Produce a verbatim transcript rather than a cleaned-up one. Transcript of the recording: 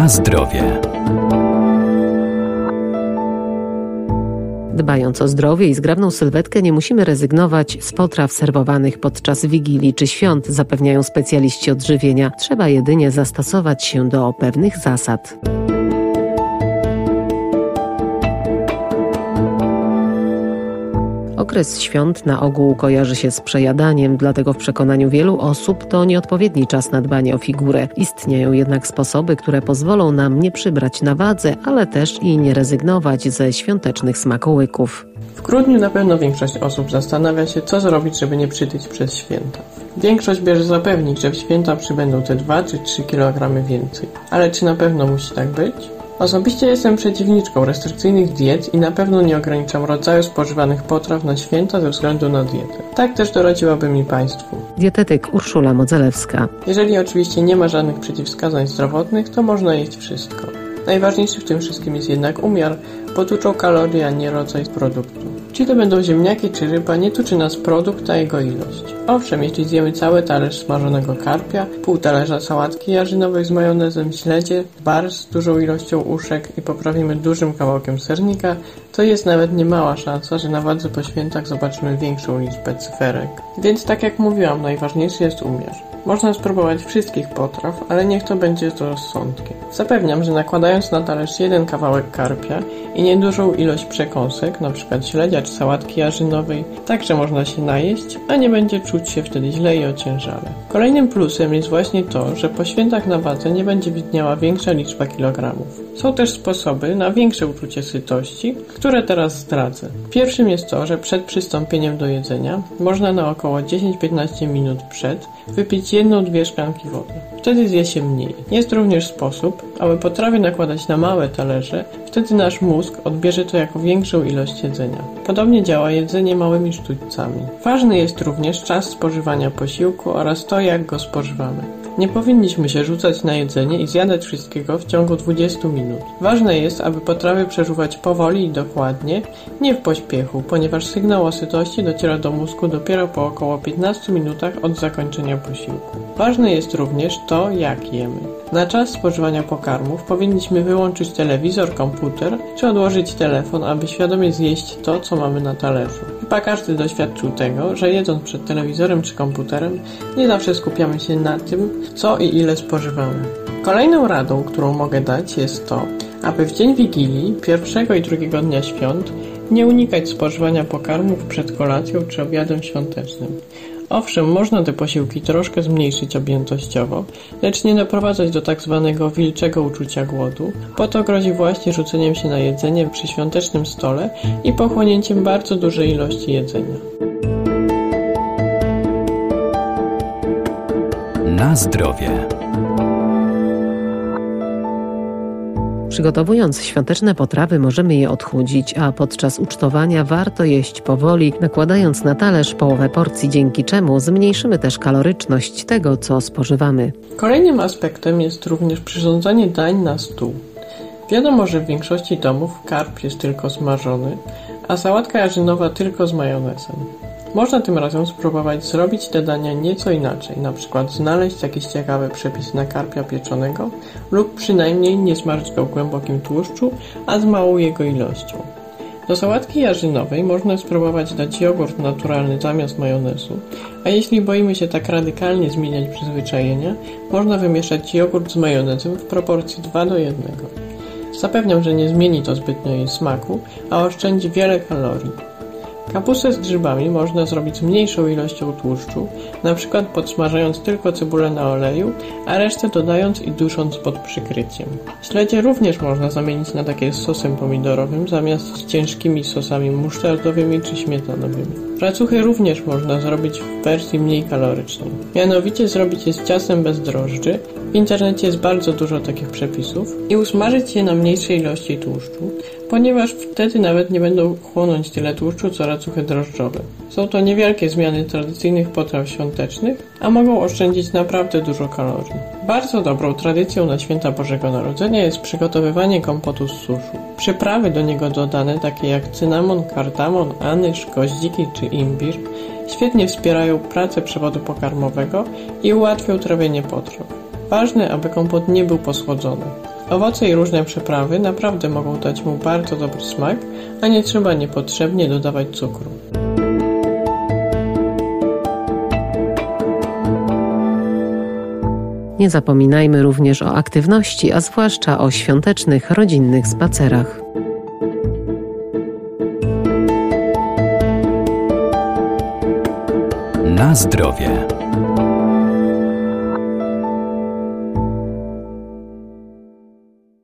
Na zdrowie. Dbając o zdrowie i zgrabną sylwetkę, nie musimy rezygnować z potraw serwowanych podczas Wigilii czy świąt, zapewniają specjaliści odżywienia. Trzeba jedynie zastosować się do pewnych zasad. Okres świąt na ogół kojarzy się z przejadaniem, dlatego w przekonaniu wielu osób to nieodpowiedni czas na dbanie o figurę. Istnieją jednak sposoby, które pozwolą nam nie przybrać na wadze, ale też i nie rezygnować ze świątecznych smakołyków. W grudniu na pewno większość osób zastanawia się, co zrobić, żeby nie przytyć przez święta. Większość bierze za pewnik, że w święta przybędą te dwa czy trzy kilogramy więcej. Ale czy na pewno musi tak być? Osobiście jestem przeciwniczką restrykcyjnych diet i na pewno nie ograniczam rodzaju spożywanych potraw na święta ze względu na dietę. Tak też doradziłabym i Państwu. Dietetyk Urszula Modzelewska. Jeżeli oczywiście nie ma żadnych przeciwwskazań zdrowotnych, to można jeść wszystko. Najważniejszy w tym wszystkim jest jednak umiar, bo tuczą kalorie, a nie rodzaj produktu. Czy to będą ziemniaki czy ryba, nie tuczy nas produkt, a jego ilość. Owszem, jeśli zjemy cały talerz smażonego karpia, pół talerza sałatki jarzynowej z majonezem, śledzie, bar z dużą ilością uszek i poprawimy dużym kawałkiem sernika, to jest nawet niemała szansa, że na wadze po świętach zobaczymy większą liczbę cyferek. Więc tak jak mówiłam, najważniejszy jest umiar. Można spróbować wszystkich potraw, ale niech to będzie z rozsądkiem. Zapewniam, że nakładając na talerz jeden kawałek karpia i niedużą ilość przekąsek, np. śledzia czy sałatki jarzynowej, także można się najeść, a nie będzie czuć się wtedy źle i ociężale. Kolejnym plusem jest właśnie to, że po świętach na wadze nie będzie widniała większa liczba kilogramów. Są też sposoby na większe uczucie sytości, które teraz zdradzę. Pierwszym jest to, że przed przystąpieniem do jedzenia można na około dziesięć do piętnastu minut przed wypić jedną, dwie szklanki wody. Wtedy zje się mniej. Jest również sposób, aby potrawy nakładać na małe talerze, wtedy nasz mózg odbierze to jako większą ilość jedzenia. Podobnie działa jedzenie małymi sztućcami. Ważny jest również czas spożywania posiłku oraz to, jak go spożywamy. Nie powinniśmy się rzucać na jedzenie i zjadać wszystkiego w ciągu dwudziestu minut. Ważne jest, aby potrawy przeżuwać powoli i dokładnie, nie w pośpiechu, ponieważ sygnał o sytości dociera do mózgu dopiero po około piętnastu minutach od zakończenia posiłku. Ważne jest również to, jak jemy. Na czas spożywania pokarmów powinniśmy wyłączyć telewizor, komputer czy odłożyć telefon, aby świadomie zjeść to, co mamy na talerzu. Chyba każdy doświadczył tego, że jedząc przed telewizorem czy komputerem nie zawsze skupiamy się na tym, co i ile spożywamy. Kolejną radą, którą mogę dać, jest to, aby w dzień Wigilii, pierwszego i drugiego dnia świąt, nie unikać spożywania pokarmów przed kolacją czy obiadem świątecznym. Owszem, można te posiłki troszkę zmniejszyć objętościowo, lecz nie doprowadzać do tak zwanego wilczego uczucia głodu, bo to grozi właśnie rzuceniem się na jedzenie przy świątecznym stole i pochłonięciem bardzo dużej ilości jedzenia. Na zdrowie. Przygotowując świąteczne potrawy, możemy je odchudzić, a podczas ucztowania warto jeść powoli, nakładając na talerz połowę porcji, dzięki czemu zmniejszymy też kaloryczność tego, co spożywamy. Kolejnym aspektem jest również przyrządzanie dań na stół. Wiadomo, że w większości domów karp jest tylko smażony, a sałatka jarzynowa tylko z majonezem. Można tym razem spróbować zrobić te dania nieco inaczej, na przykład znaleźć jakiś ciekawy przepis na karpia pieczonego lub przynajmniej nie smażyć go w głębokim tłuszczu, a z małą jego ilością. Do sałatki jarzynowej można spróbować dać jogurt naturalny zamiast majonezu, a jeśli boimy się tak radykalnie zmieniać przyzwyczajenia, można wymieszać jogurt z majonezem w proporcji dwa do jednego. Zapewniam, że nie zmieni to zbytnio jej smaku, a oszczędzi wiele kalorii. Kapustę z grzybami można zrobić z mniejszą ilością tłuszczu, na przykład podsmażając tylko cebulę na oleju, a resztę dodając i dusząc pod przykryciem. Śledzie również można zamienić na takie z sosem pomidorowym zamiast z ciężkimi sosami musztardowymi czy śmietanowymi. Racuchy również można zrobić w wersji mniej kalorycznej. Mianowicie zrobić je z ciastem bez drożdży, w internecie jest bardzo dużo takich przepisów, i usmażyć je na mniejszej ilości tłuszczu, ponieważ wtedy nawet nie będą chłonąć tyle tłuszczu co racuchy drożdżowe. Są to niewielkie zmiany tradycyjnych potraw świątecznych, a mogą oszczędzić naprawdę dużo kalorii. Bardzo dobrą tradycją na święta Bożego Narodzenia jest przygotowywanie kompotu z suszu. Przyprawy do niego dodane, takie jak cynamon, kardamon, anyż, goździki czy imbir, świetnie wspierają pracę przewodu pokarmowego i ułatwią trawienie potraw. Ważne, aby kompot nie był posłodzony. Owoce i różne przyprawy naprawdę mogą dać mu bardzo dobry smak, a nie trzeba niepotrzebnie dodawać cukru. Nie zapominajmy również o aktywności, a zwłaszcza o świątecznych, rodzinnych spacerach. Na zdrowie.